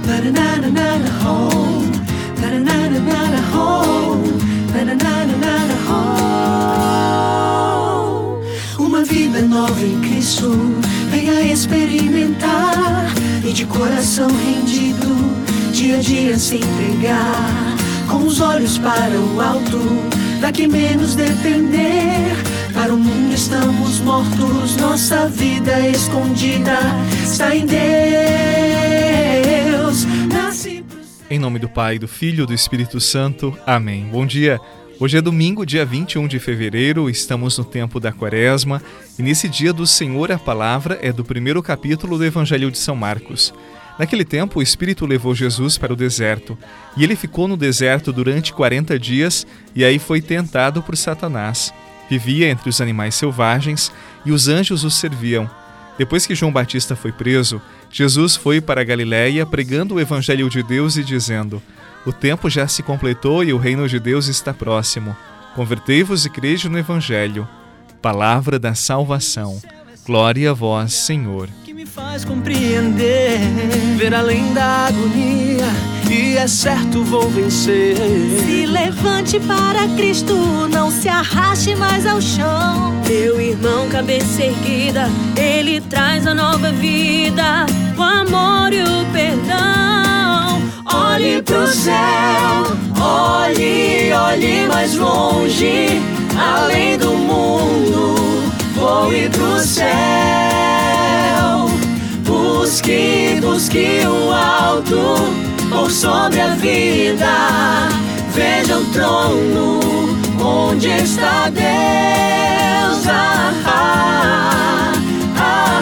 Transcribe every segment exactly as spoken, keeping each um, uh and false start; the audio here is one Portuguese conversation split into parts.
na-na-na-na-na home, na-na-na-na-na home, na-na-na-na-na home. Uma vida nova em Cristo, venha experimentar e de coração rendido, dia a dia se entregar, com os olhos para o alto, daqui menos depender. Para o mundo estamos mortos, nossa vida escondida está em Deus. Nasci pro... Em nome do Pai, do Filho e do Espírito Santo. Amém. Bom dia. Hoje é domingo, dia vinte e um de fevereiro, estamos no tempo da Quaresma e nesse dia do Senhor a palavra é do primeiro capítulo do Evangelho de São Marcos. Naquele tempo, o Espírito levou Jesus para o deserto e ele ficou no deserto durante quarenta dias e aí foi tentado por Satanás. Vivia entre os animais selvagens e os anjos o serviam. Depois que João Batista foi preso, Jesus foi para a Galiléia pregando o Evangelho de Deus e dizendo: o tempo já se completou e o reino de Deus está próximo. Convertei-vos e crede no Evangelho. Palavra da salvação. Glória a vós, Senhor. Que me faz compreender, ver além da agonia, e é certo vou vencer. Se levante para Cristo, não se arraste mais ao chão. Meu irmão, cabeça erguida, Ele traz a nova vida, o amor e o perdão. Olhe pro céu, olhe, olhe mais longe, além do mundo, voe pro céu. Busque, busque o alto, por sobre a vida, veja o trono, onde está Deus. Ah, ah, ah,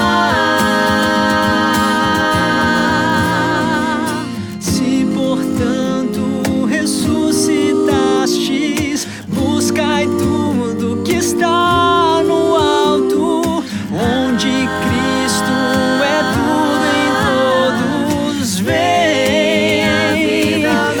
ah. Se portanto ressuscitastes, buscai tudo que está no alto, onde Cristo é tudo em todos. Vem a vida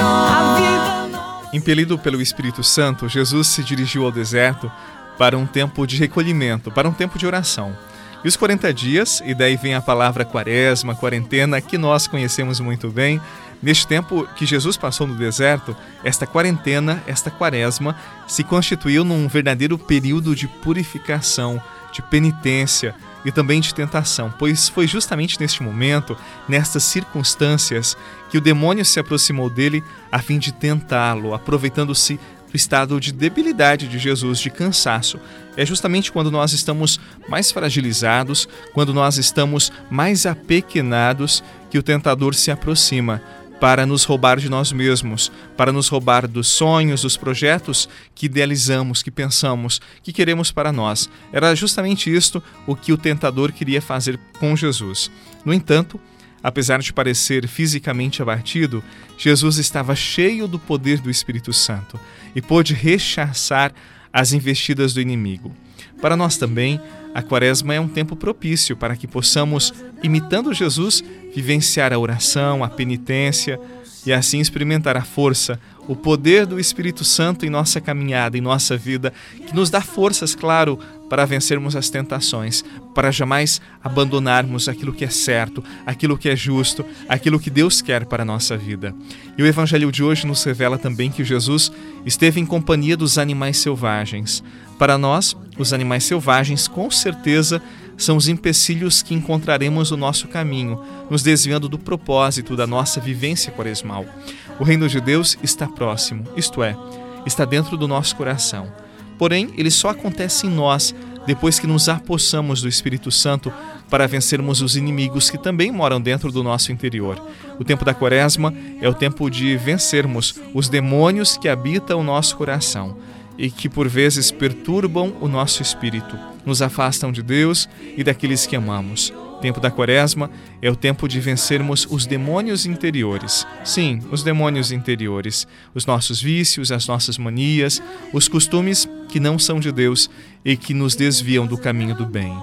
nova. Impelido pelo Espírito Santo, Jesus se dirigiu ao deserto para um tempo de recolhimento, para um tempo de oração. E os quarenta dias, e daí vem a palavra quaresma, quarentena, que nós conhecemos muito bem. Neste tempo que Jesus passou no deserto, esta quarentena, esta quaresma, se constituiu num verdadeiro período de purificação, de penitência e também de tentação, pois foi justamente neste momento, nestas circunstâncias, que o demônio se aproximou dele a fim de tentá-lo, aproveitando-se do estado de debilidade de Jesus, de cansaço. É justamente quando nós estamos mais fragilizados, quando nós estamos mais apequenados, que o tentador se aproxima para nos roubar de nós mesmos, para nos roubar dos sonhos, dos projetos que idealizamos, que pensamos, que queremos para nós. Era justamente isto o que o tentador queria fazer com Jesus. No entanto, apesar de parecer fisicamente abatido, Jesus estava cheio do poder do Espírito Santo e pôde rechaçar as investidas do inimigo. Para nós também, a Quaresma é um tempo propício para que possamos, imitando Jesus, vivenciar a oração, a penitência e assim experimentar a força, o poder do Espírito Santo em nossa caminhada, em nossa vida, que nos dá forças, claro, para vencermos as tentações, para jamais abandonarmos aquilo que é certo, aquilo que é justo, aquilo que Deus quer para a nossa vida. E o Evangelho de hoje nos revela também que Jesus esteve em companhia dos animais selvagens. Para nós, os animais selvagens, com certeza, são os empecilhos que encontraremos no nosso caminho, nos desviando do propósito da nossa vivência quaresmal. O reino de Deus está próximo, isto é, está dentro do nosso coração. Porém, ele só acontece em nós depois que nos apossamos do Espírito Santo para vencermos os inimigos que também moram dentro do nosso interior. O tempo da Quaresma é o tempo de vencermos os demônios que habitam o nosso coração e que por vezes perturbam o nosso espírito, nos afastam de Deus e daqueles que amamos. O tempo da Quaresma é o tempo de vencermos os demônios interiores. Sim, os demônios interiores, os nossos vícios, as nossas manias, os costumes que não são de Deus e que nos desviam do caminho do bem.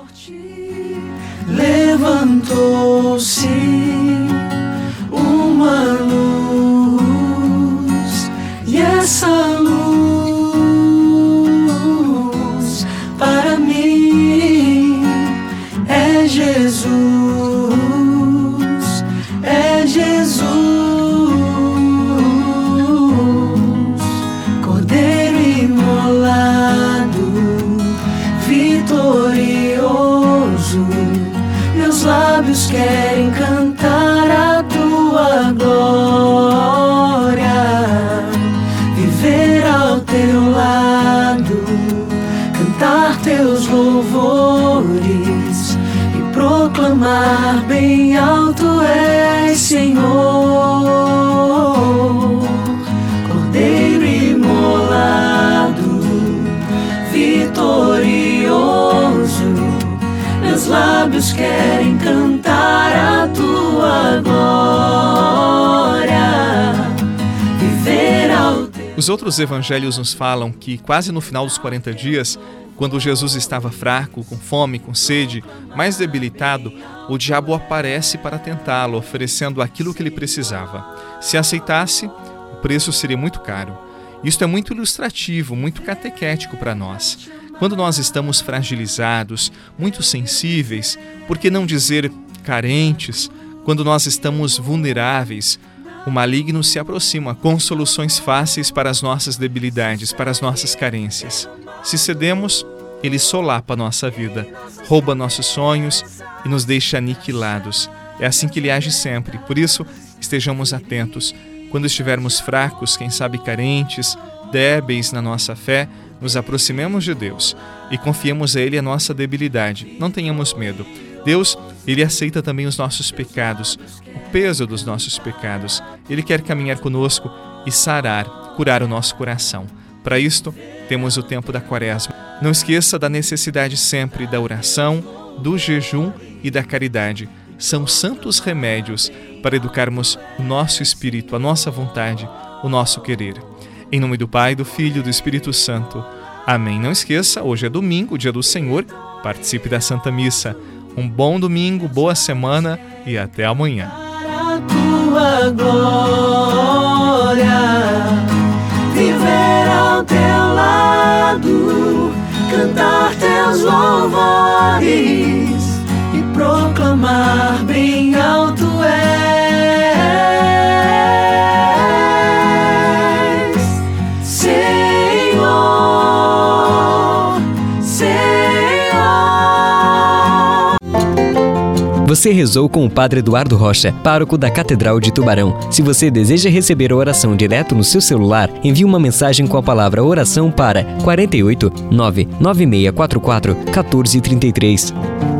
Levantou-se uma luz, e essa luz para mim é Jesus, é Jesus. Os outros evangelhos nos falam que quase no final dos quarenta dias, quando Jesus estava fraco, com fome, com sede, mais debilitado, o diabo aparece para tentá-lo, oferecendo aquilo que ele precisava. Se aceitasse, o preço seria muito caro. Isto é muito ilustrativo, muito catequético para nós. Quando nós estamos fragilizados, muito sensíveis, por que não dizer carentes, quando nós estamos vulneráveis, o maligno se aproxima com soluções fáceis para as nossas debilidades, para as nossas carências. Se cedemos, ele solapa a nossa vida, rouba nossos sonhos e nos deixa aniquilados. É assim que ele age sempre. Por isso, estejamos atentos. Quando estivermos fracos, quem sabe carentes, débeis na nossa fé, nos aproximemos de Deus e confiemos a Ele a nossa debilidade. Não tenhamos medo. Deus, Ele aceita também os nossos pecados, o peso dos nossos pecados. Ele quer caminhar conosco e sarar, curar o nosso coração. Para isto, temos o tempo da Quaresma. Não esqueça da necessidade sempre da oração, do jejum e da caridade. São santos remédios para educarmos o nosso espírito, a nossa vontade, o nosso querer. Em nome do Pai, do Filho e do Espírito Santo. Amém. Não esqueça, hoje é domingo, dia do Senhor. Participe da Santa Missa. Um bom domingo, boa semana e até amanhã. Para a tua glória, viver ao teu lado, cantar teus louvores e proclamar bem alto és, Senhor, Senhor. Você rezou com o Padre Eduardo Rocha, pároco da Catedral de Tubarão. Se você deseja receber a oração direto no seu celular, envie uma mensagem com a palavra oração para quarenta e oito, nove nove seis quatro quatro, um quatro três três.